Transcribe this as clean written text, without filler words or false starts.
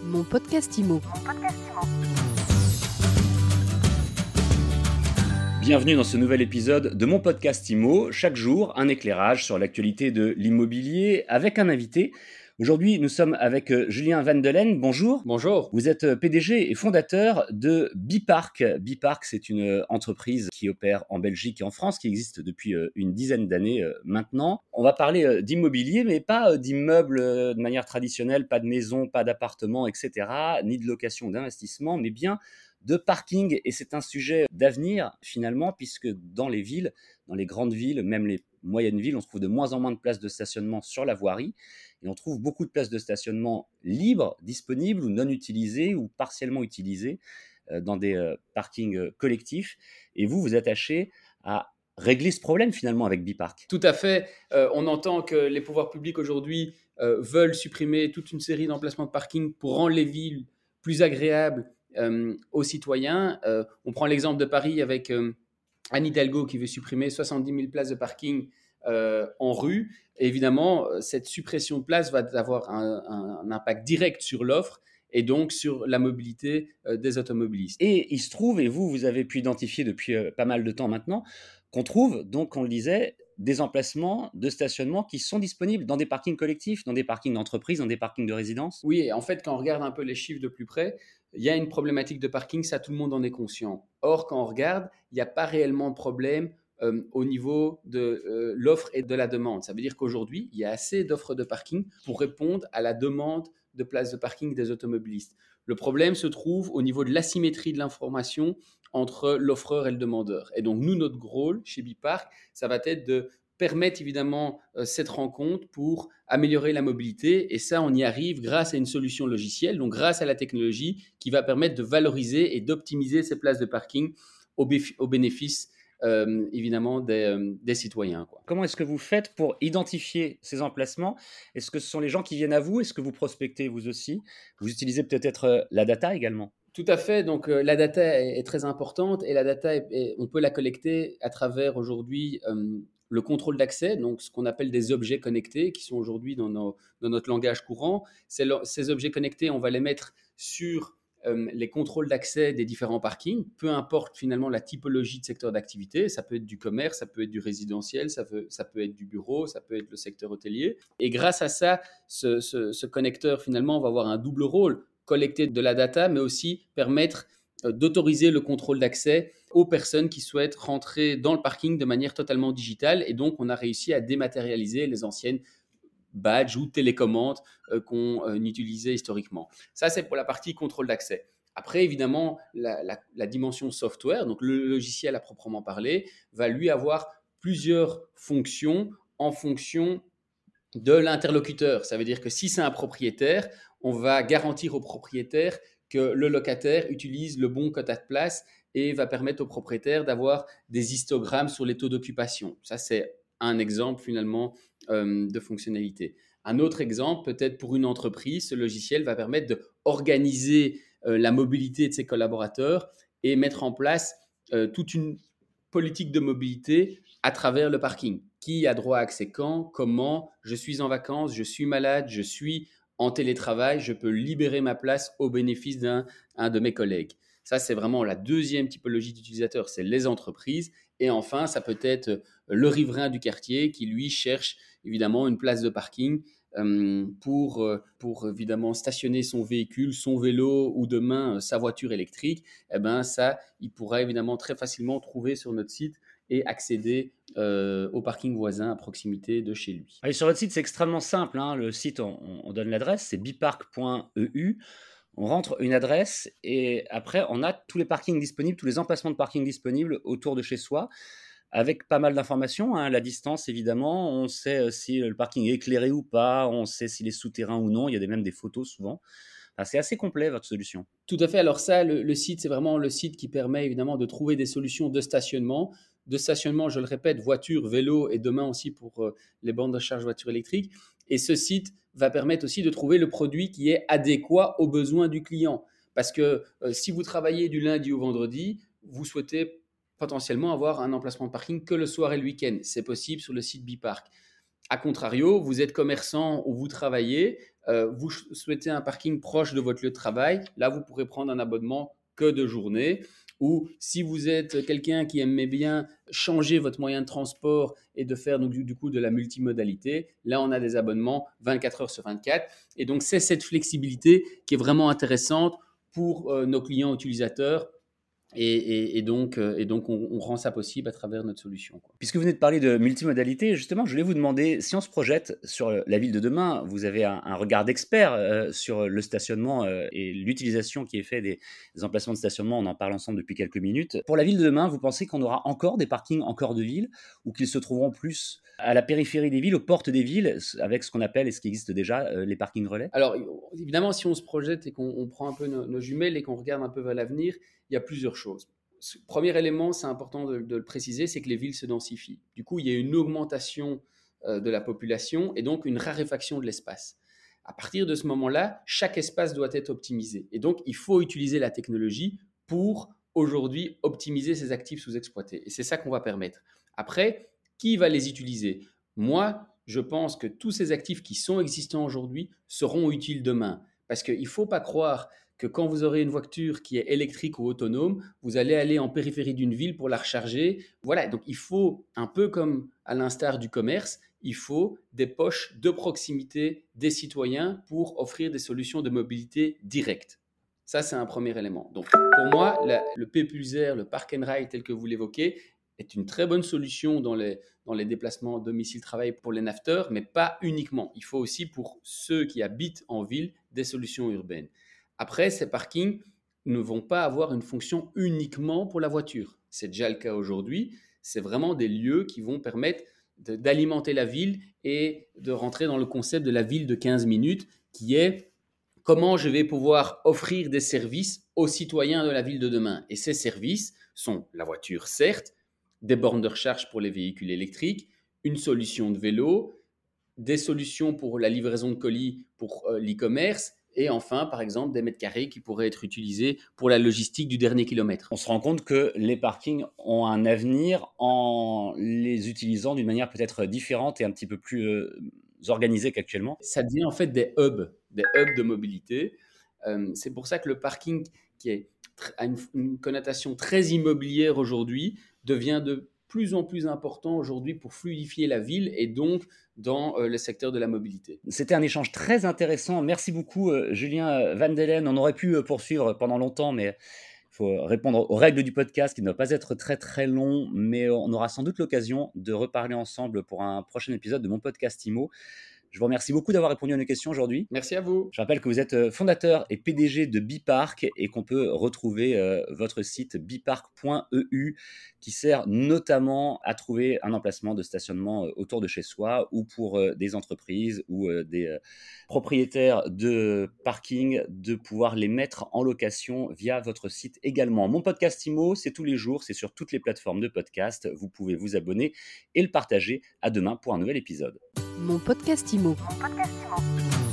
Mon podcast IMO. Bienvenue dans ce nouvel épisode de mon podcast IMO. Chaque jour, un éclairage sur l'actualité de l'immobilier avec un invité. Aujourd'hui, nous sommes avec Julien Van Delen. Bonjour. Bonjour. Vous êtes PDG et fondateur de Bipark. Bipark, c'est une entreprise qui opère en Belgique et en France, qui existe depuis une dizaine d'années maintenant. On va parler d'immobilier, mais pas d'immeubles de manière traditionnelle, pas de maisons, pas d'appartements, etc., ni de location ou d'investissement, mais bien de parking. Et c'est un sujet d'avenir finalement, puisque dans les villes, dans les grandes villes, même les moyennes villes, on trouve de moins en moins de places de stationnement sur la voirie. Et on trouve beaucoup de places de stationnement libres, disponibles ou non utilisées ou partiellement utilisées dans des parkings collectifs. Et vous attachez à régler ce problème finalement avec Bipark. Tout à fait. On entend que les pouvoirs publics aujourd'hui veulent supprimer toute une série d'emplacements de parking pour rendre les villes plus agréables aux citoyens. On prend l'exemple de Paris avec Anne Hidalgo qui veut supprimer 70 000 places de parking en rue. Et évidemment, cette suppression de places va avoir un impact direct sur l'offre et donc sur la mobilité des automobilistes. Et il se trouve, et vous avez pu identifier depuis pas mal de temps maintenant, qu'on trouve, donc on le disait, des emplacements de stationnement qui sont disponibles dans des parkings collectifs, dans des parkings d'entreprise, dans des parkings de résidence. Oui, et en fait, quand on regarde un peu les chiffres de plus près, il y a une problématique de parking, ça tout le monde en est conscient. Or, quand on regarde, il n'y a pas réellement de problème au niveau de l'offre et de la demande. Ça veut dire qu'aujourd'hui, il y a assez d'offres de parking pour répondre à la demande de places de parking des automobilistes. Le problème se trouve au niveau de l'asymétrie de l'information entre l'offreur et le demandeur. Et donc, nous, notre rôle chez Bipark, ça va être de permettre évidemment cette rencontre pour améliorer la mobilité. Et ça, on y arrive grâce à une solution logicielle, donc grâce à la technologie qui va permettre de valoriser et d'optimiser ces places de parking au bénéfice évidemment des citoyens, quoi. Comment est-ce que vous faites pour identifier ces emplacements ? Est-ce que ce sont les gens qui viennent à vous ? Est-ce que vous prospectez vous aussi ? Vous utilisez peut-être la data également ? Tout à fait. Donc, la data est très importante et la data, on peut la collecter à travers aujourd'hui le contrôle d'accès, donc ce qu'on appelle des objets connectés qui sont aujourd'hui dans notre langage courant. Ces objets connectés, on va les mettre sur les contrôles d'accès des différents parkings, peu importe finalement la typologie de secteur d'activité. Ça peut être du commerce, ça peut être du résidentiel, ça peut être du bureau, ça peut être le secteur hôtelier. Et grâce à ça, ce connecteur finalement va avoir un double rôle: collecter de la data, mais aussi permettre d'autoriser le contrôle d'accès aux personnes qui souhaitent rentrer dans le parking de manière totalement digitale. Et donc, on a réussi à dématérialiser les anciennes badges ou télécommandes qu'on utilisait historiquement. Ça, c'est pour la partie contrôle d'accès. Après, évidemment, la dimension software, donc le logiciel à proprement parler, va lui avoir plusieurs fonctions en fonction de l'interlocuteur. Ça veut dire que si c'est un propriétaire, on va garantir au propriétaire que le locataire utilise le bon quota de place et va permettre au propriétaire d'avoir des histogrammes sur les taux d'occupation. Ça, c'est un exemple finalement de fonctionnalité. Un autre exemple, peut-être pour une entreprise, ce logiciel va permettre d'organiser la mobilité de ses collaborateurs et mettre en place toute une politique de mobilité à travers le parking. Qui a droit à accès quand, comment, je suis en vacances, je suis malade, je suis en télétravail, je peux libérer ma place au bénéfice d'un de mes collègues. Ça, c'est vraiment la deuxième typologie d'utilisateurs, c'est les entreprises. Et enfin, ça peut être le riverain du quartier qui, lui, cherche évidemment une place de parking pour évidemment stationner son véhicule, son vélo ou demain sa voiture électrique. Eh ben, ça, il pourra évidemment très facilement trouver sur notre site et accéder au parking voisin à proximité de chez lui. Allez, sur votre site, c'est extrêmement simple, hein. Le site, on donne l'adresse, c'est bipark.eu. On rentre une adresse et après, on a tous les parkings disponibles, tous les emplacements de parking disponibles autour de chez soi, avec pas mal d'informations, hein. La distance, évidemment, on sait si le parking est éclairé ou pas, on sait s'il est souterrain ou non, il y a même des photos souvent. Enfin, c'est assez complet, votre solution. Tout à fait. Alors ça, le site, c'est vraiment le site qui permet évidemment de trouver des solutions de stationnement. Je le répète, voiture, vélo et demain aussi pour les bornes de charge voiture électrique. Et ce site va permettre aussi de trouver le produit qui est adéquat aux besoins du client. Parce que si vous travaillez du lundi au vendredi, vous souhaitez potentiellement avoir un emplacement de parking que le soir et le week-end. C'est possible sur le site Bipark. A contrario, vous êtes commerçant ou vous travaillez, Vous souhaitez un parking proche de votre lieu de travail, là vous pourrez prendre un abonnement que de journée. Ou si vous êtes quelqu'un qui aimait bien changer votre moyen de transport et de faire donc, du coup de la multimodalité, là on a des abonnements 24 heures sur 24. Et donc c'est cette flexibilité qui est vraiment intéressante pour nos clients utilisateurs. Et donc, on rend ça possible à travers notre solution, quoi. Puisque vous venez de parler de multimodalité, justement, je voulais vous demander, si on se projette sur la ville de demain, vous avez un regard d'expert sur le stationnement et l'utilisation qui est fait des emplacements de stationnement, on en parle ensemble depuis quelques minutes. Pour la ville de demain, vous pensez qu'on aura encore des parkings en cœur de ville ou qu'ils se trouveront plus à la périphérie des villes, aux portes des villes, avec ce qu'on appelle et ce qui existe déjà, les parkings relais? Alors, évidemment, si on se projette et qu'on prend un peu nos jumelles et qu'on regarde un peu vers l'avenir, il y a plusieurs choses. Premier élément, c'est important de le préciser, c'est que les villes se densifient. Du coup, il y a une augmentation de la population et donc une raréfaction de l'espace. À partir de ce moment-là, chaque espace doit être optimisé. Et donc, il faut utiliser la technologie pour aujourd'hui optimiser ces actifs sous-exploités. Et c'est ça qu'on va permettre. Après, qui va les utiliser? Moi, je pense que tous ces actifs qui sont existants aujourd'hui seront utiles demain. Parce qu'il ne faut pas croire que quand vous aurez une voiture qui est électrique ou autonome, vous allez aller en périphérie d'une ville pour la recharger. Voilà, donc il faut, un peu comme à l'instar du commerce, il faut des poches de proximité des citoyens pour offrir des solutions de mobilité directe. Ça, c'est un premier élément. Donc, pour moi, le P+R, le Park and Ride tel que vous l'évoquez, est une très bonne solution dans les déplacements domicile-travail pour les nafteurs, mais pas uniquement. Il faut aussi pour ceux qui habitent en ville des solutions urbaines. Après, ces parkings ne vont pas avoir une fonction uniquement pour la voiture. C'est déjà le cas aujourd'hui. C'est vraiment des lieux qui vont permettre d'alimenter la ville et de rentrer dans le concept de la ville de 15 minutes qui est comment je vais pouvoir offrir des services aux citoyens de la ville de demain. Et ces services sont la voiture, certes, des bornes de recharge pour les véhicules électriques, une solution de vélo, des solutions pour la livraison de colis pour l'e-commerce et enfin, par exemple, des mètres carrés qui pourraient être utilisés pour la logistique du dernier kilomètre. On se rend compte que les parkings ont un avenir en les utilisant d'une manière peut-être différente et un petit peu plus organisée qu'actuellement. Ça devient en fait des hubs de mobilité. C'est pour ça que le parking qui a une connotation très immobilière aujourd'hui devient de plus en plus important aujourd'hui pour fluidifier la ville et donc dans le secteur de la mobilité. C'était un échange très intéressant. Merci beaucoup, Julien Van Delen. On aurait pu poursuivre pendant longtemps, mais il faut répondre aux règles du podcast qui ne doit pas être très très long, mais on aura sans doute l'occasion de reparler ensemble pour un prochain épisode de mon podcast IMO. Je vous remercie beaucoup d'avoir répondu à nos questions aujourd'hui. Merci à vous. Je rappelle que vous êtes fondateur et PDG de Bipark et qu'on peut retrouver votre site bipark.eu qui sert notamment à trouver un emplacement de stationnement autour de chez soi ou pour des entreprises ou des propriétaires de parking de pouvoir les mettre en location via votre site également. Mon podcast IMO, c'est tous les jours, c'est sur toutes les plateformes de podcast. Vous pouvez vous abonner et le partager. À demain pour un nouvel épisode. Mon podcast IMO. Mon podcast IMO.